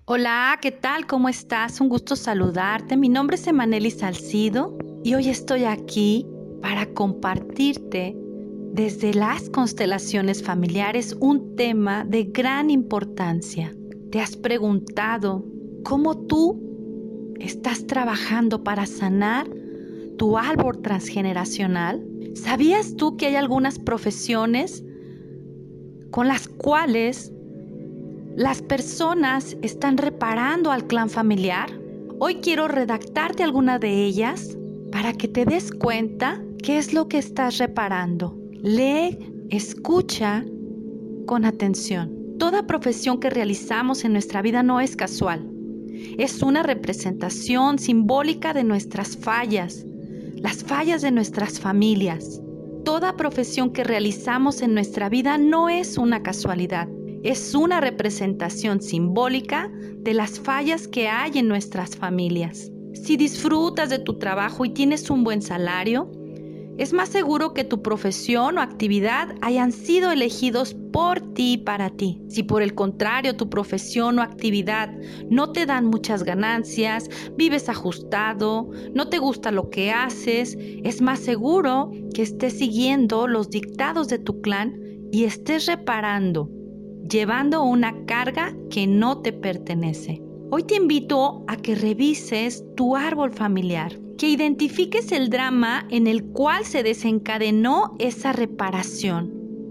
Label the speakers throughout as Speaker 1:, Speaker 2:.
Speaker 1: Hola, ¿qué tal? ¿Cómo estás? Un gusto saludarte. Mi nombre es Emanelis Salcido y hoy estoy aquí para compartirte desde las constelaciones familiares un tema de gran importancia. ¿Te has preguntado cómo tú estás trabajando para sanar tu árbol transgeneracional? ¿Sabías tú que hay algunas profesiones con las cuales las personas están reparando al clan familiar? Hoy quiero redactarte alguna de ellas para que te des cuenta qué es lo que estás reparando. Lee, escucha con atención. Toda profesión que realizamos en nuestra vida no es casual. Es una representación simbólica de nuestras fallas, las fallas de nuestras familias. Toda profesión que realizamos en nuestra vida no es una casualidad. Es una representación simbólica de las fallas que hay en nuestras familias. Si disfrutas de tu trabajo y tienes un buen salario, es más seguro que tu profesión o actividad hayan sido elegidos por ti y para ti. Si por el contrario tu profesión o actividad no te dan muchas ganancias, vives ajustado, no te gusta lo que haces, es más seguro que estés siguiendo los dictados de tu clan y estés reparando, llevando una carga que no te pertenece. Hoy te invito a que revises tu árbol familiar, que identifiques el drama en el cual se desencadenó esa reparación.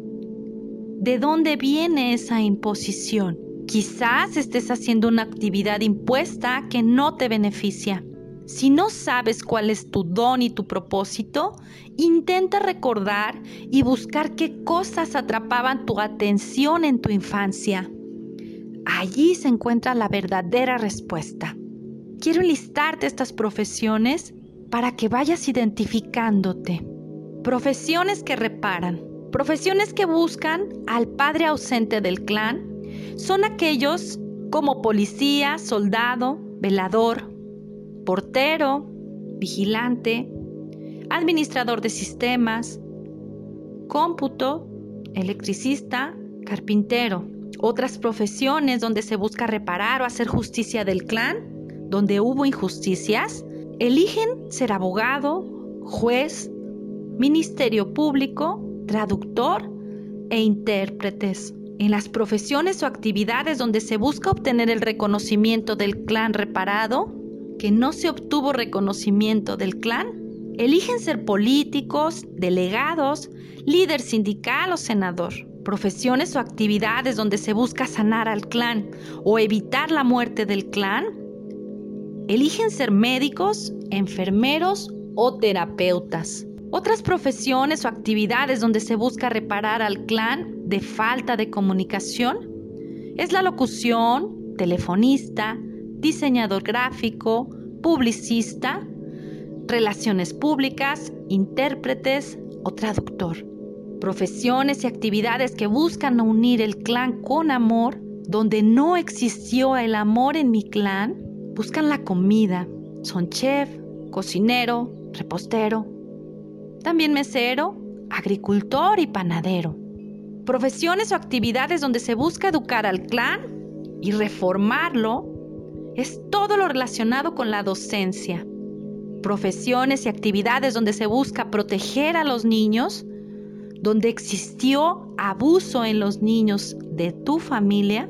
Speaker 1: ¿De dónde viene esa imposición? Quizás estés haciendo una actividad impuesta que no te beneficia. Si no sabes cuál es tu don y tu propósito, intenta recordar y buscar qué cosas atrapaban tu atención en tu infancia. Allí se encuentra la verdadera respuesta. Quiero listarte estas profesiones para que vayas identificándote. Profesiones que reparan. Profesiones que buscan al padre ausente del clan son aquellos como policía, soldado, velador, portero, vigilante, administrador de sistemas, cómputo, electricista, carpintero. Otras profesiones donde se busca reparar o hacer justicia del clan, donde hubo injusticias, eligen ser abogado, juez, ministerio público, traductor e intérpretes. En las profesiones o actividades donde se busca obtener el reconocimiento del clan reparado, que no se obtuvo reconocimiento del clan, eligen ser políticos, delegados, líder sindical o senador. Profesiones o actividades donde se busca sanar al clan o evitar la muerte del clan, eligen ser médicos, enfermeros o terapeutas. Otras profesiones o actividades donde se busca reparar al clan de falta de comunicación es la locución, telefonista, diseñador gráfico, publicista, relaciones públicas, intérpretes o traductor. Profesiones y actividades que buscan unir el clan con amor, donde no existió el amor en mi clan, buscan la comida. Son chef, cocinero, repostero, también mesero, agricultor y panadero. Profesiones o actividades donde se busca educar al clan y reformarlo es todo lo relacionado con la docencia. Profesiones y actividades donde se busca proteger a los niños, donde existió abuso en los niños de tu familia,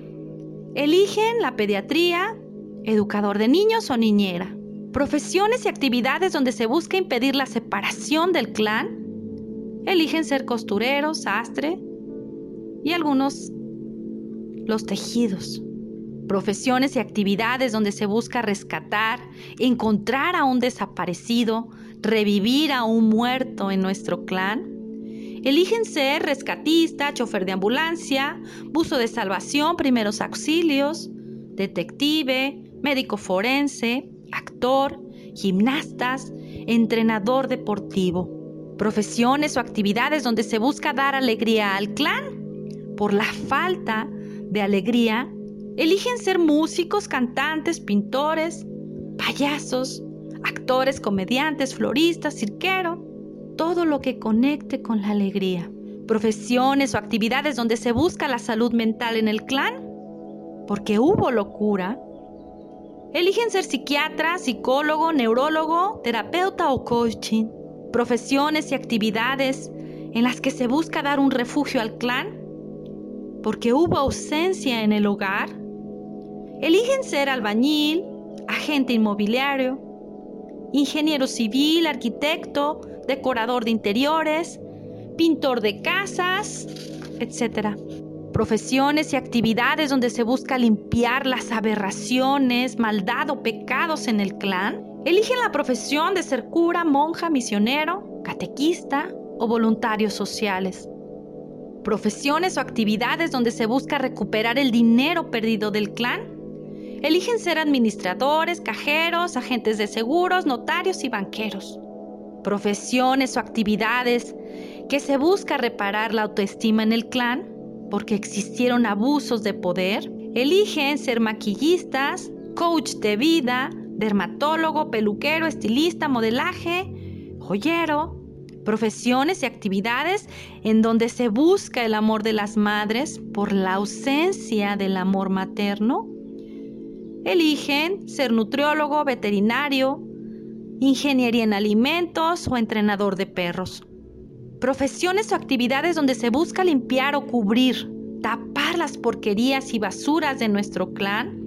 Speaker 1: eligen la pediatría, educador de niños o niñera. Profesiones y actividades donde se busca impedir la separación del clan, eligen ser costurero, sastre y algunos los tejidos. Profesiones y actividades donde se busca rescatar, encontrar a un desaparecido, revivir a un muerto en nuestro clan, eligen ser rescatista, chofer de ambulancia, buzo de salvación, primeros auxilios, detective, médico forense, actor, gimnastas, entrenador deportivo. Profesiones o actividades donde se busca dar alegría al clan. Por la falta de alegría, eligen ser músicos, cantantes, pintores, payasos, actores, comediantes, floristas, cirquero, todo lo que conecte con la alegría. Profesiones o actividades donde se busca la salud mental en el clan, porque hubo locura, eligen ser psiquiatra, psicólogo, neurólogo, terapeuta o coaching, profesiones y actividades en las que se busca dar un refugio al clan, porque hubo ausencia en el hogar, eligen ser albañil, agente inmobiliario, ingeniero civil, arquitecto, decorador de interiores, pintor de casas, etc. Profesiones y actividades donde se busca limpiar las aberraciones, maldad o pecados en el clan, eligen la profesión de ser cura, monja, misionero, catequista o voluntarios sociales. Profesiones o actividades donde se busca recuperar el dinero perdido del clan, eligen ser administradores, cajeros, agentes de seguros, notarios y banqueros. Profesiones o actividades que se busca reparar la autoestima en el clan porque existieron abusos de poder, eligen ser maquillistas, coach de vida, dermatólogo, peluquero, estilista, modelaje, joyero. Profesiones y actividades en donde se busca el amor de las madres por la ausencia del amor materno, eligen ser nutriólogo, veterinario, ingeniería en alimentos o entrenador de perros. Profesiones o actividades donde se busca limpiar o cubrir, tapar las porquerías y basuras de nuestro clan.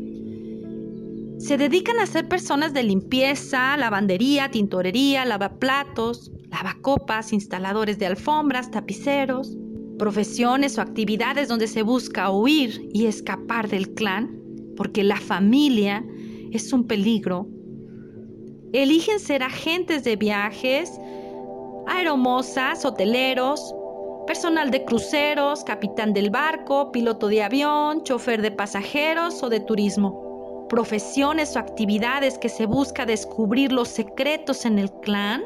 Speaker 1: Se dedican a ser personas de limpieza, lavandería, tintorería, lavaplatos, lavacopas, instaladores de alfombras, tapiceros. Profesiones o actividades donde se busca huir y escapar del clan, porque la familia es un peligro. Eligen ser agentes de viajes, aeromozas, hoteleros, personal de cruceros, capitán del barco, piloto de avión, chofer de pasajeros o de turismo. Profesiones o actividades que se busca descubrir los secretos en el clan.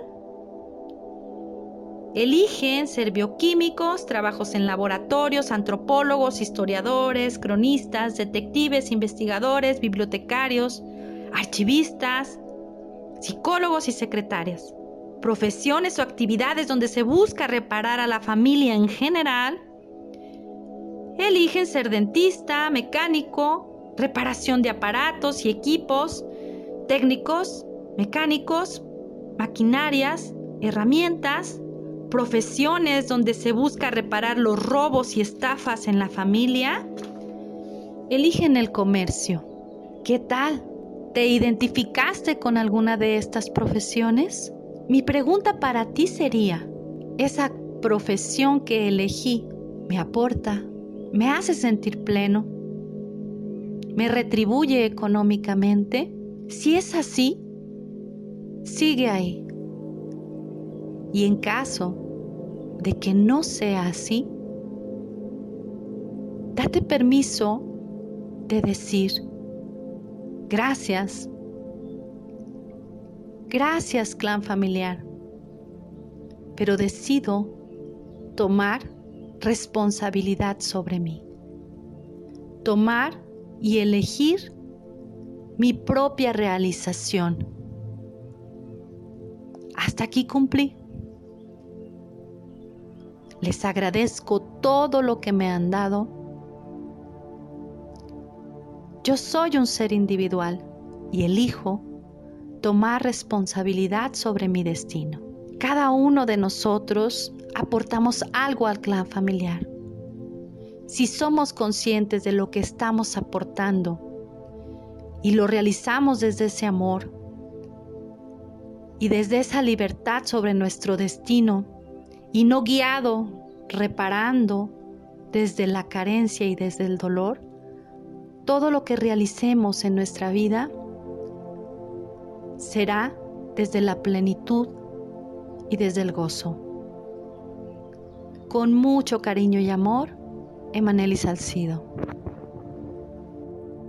Speaker 1: Eligen ser bioquímicos, trabajos en laboratorios, antropólogos, historiadores, cronistas, detectives, investigadores, bibliotecarios, archivistas, psicólogos y secretarias. Profesiones o actividades donde se busca reparar a la familia en general. Eligen ser dentista, mecánico, reparación de aparatos y equipos, técnicos, mecánicos, maquinarias, herramientas. Profesiones donde se busca reparar los robos y estafas en la familia. Eligen el comercio. ¿Qué tal? ¿Te identificaste con alguna de estas profesiones? Mi pregunta para ti sería, ¿esa profesión que elegí me aporta, me hace sentir pleno, me retribuye económicamente? Si es así, sigue ahí. Y en caso de que no sea así, date permiso de decir, gracias, gracias clan familiar, pero decido tomar responsabilidad sobre mí, tomar y elegir mi propia realización. Hasta aquí cumplí. Les agradezco todo lo que me han dado. Yo soy un ser individual y elijo tomar responsabilidad sobre mi destino. Cada uno de nosotros aportamos algo al clan familiar. Si somos conscientes de lo que estamos aportando y lo realizamos desde ese amor y desde esa libertad sobre nuestro destino y no guiado, reparando desde la carencia y desde el dolor, todo lo que realicemos en nuestra vida será desde la plenitud y desde el gozo. Con mucho cariño y amor, Emanelis Salcido.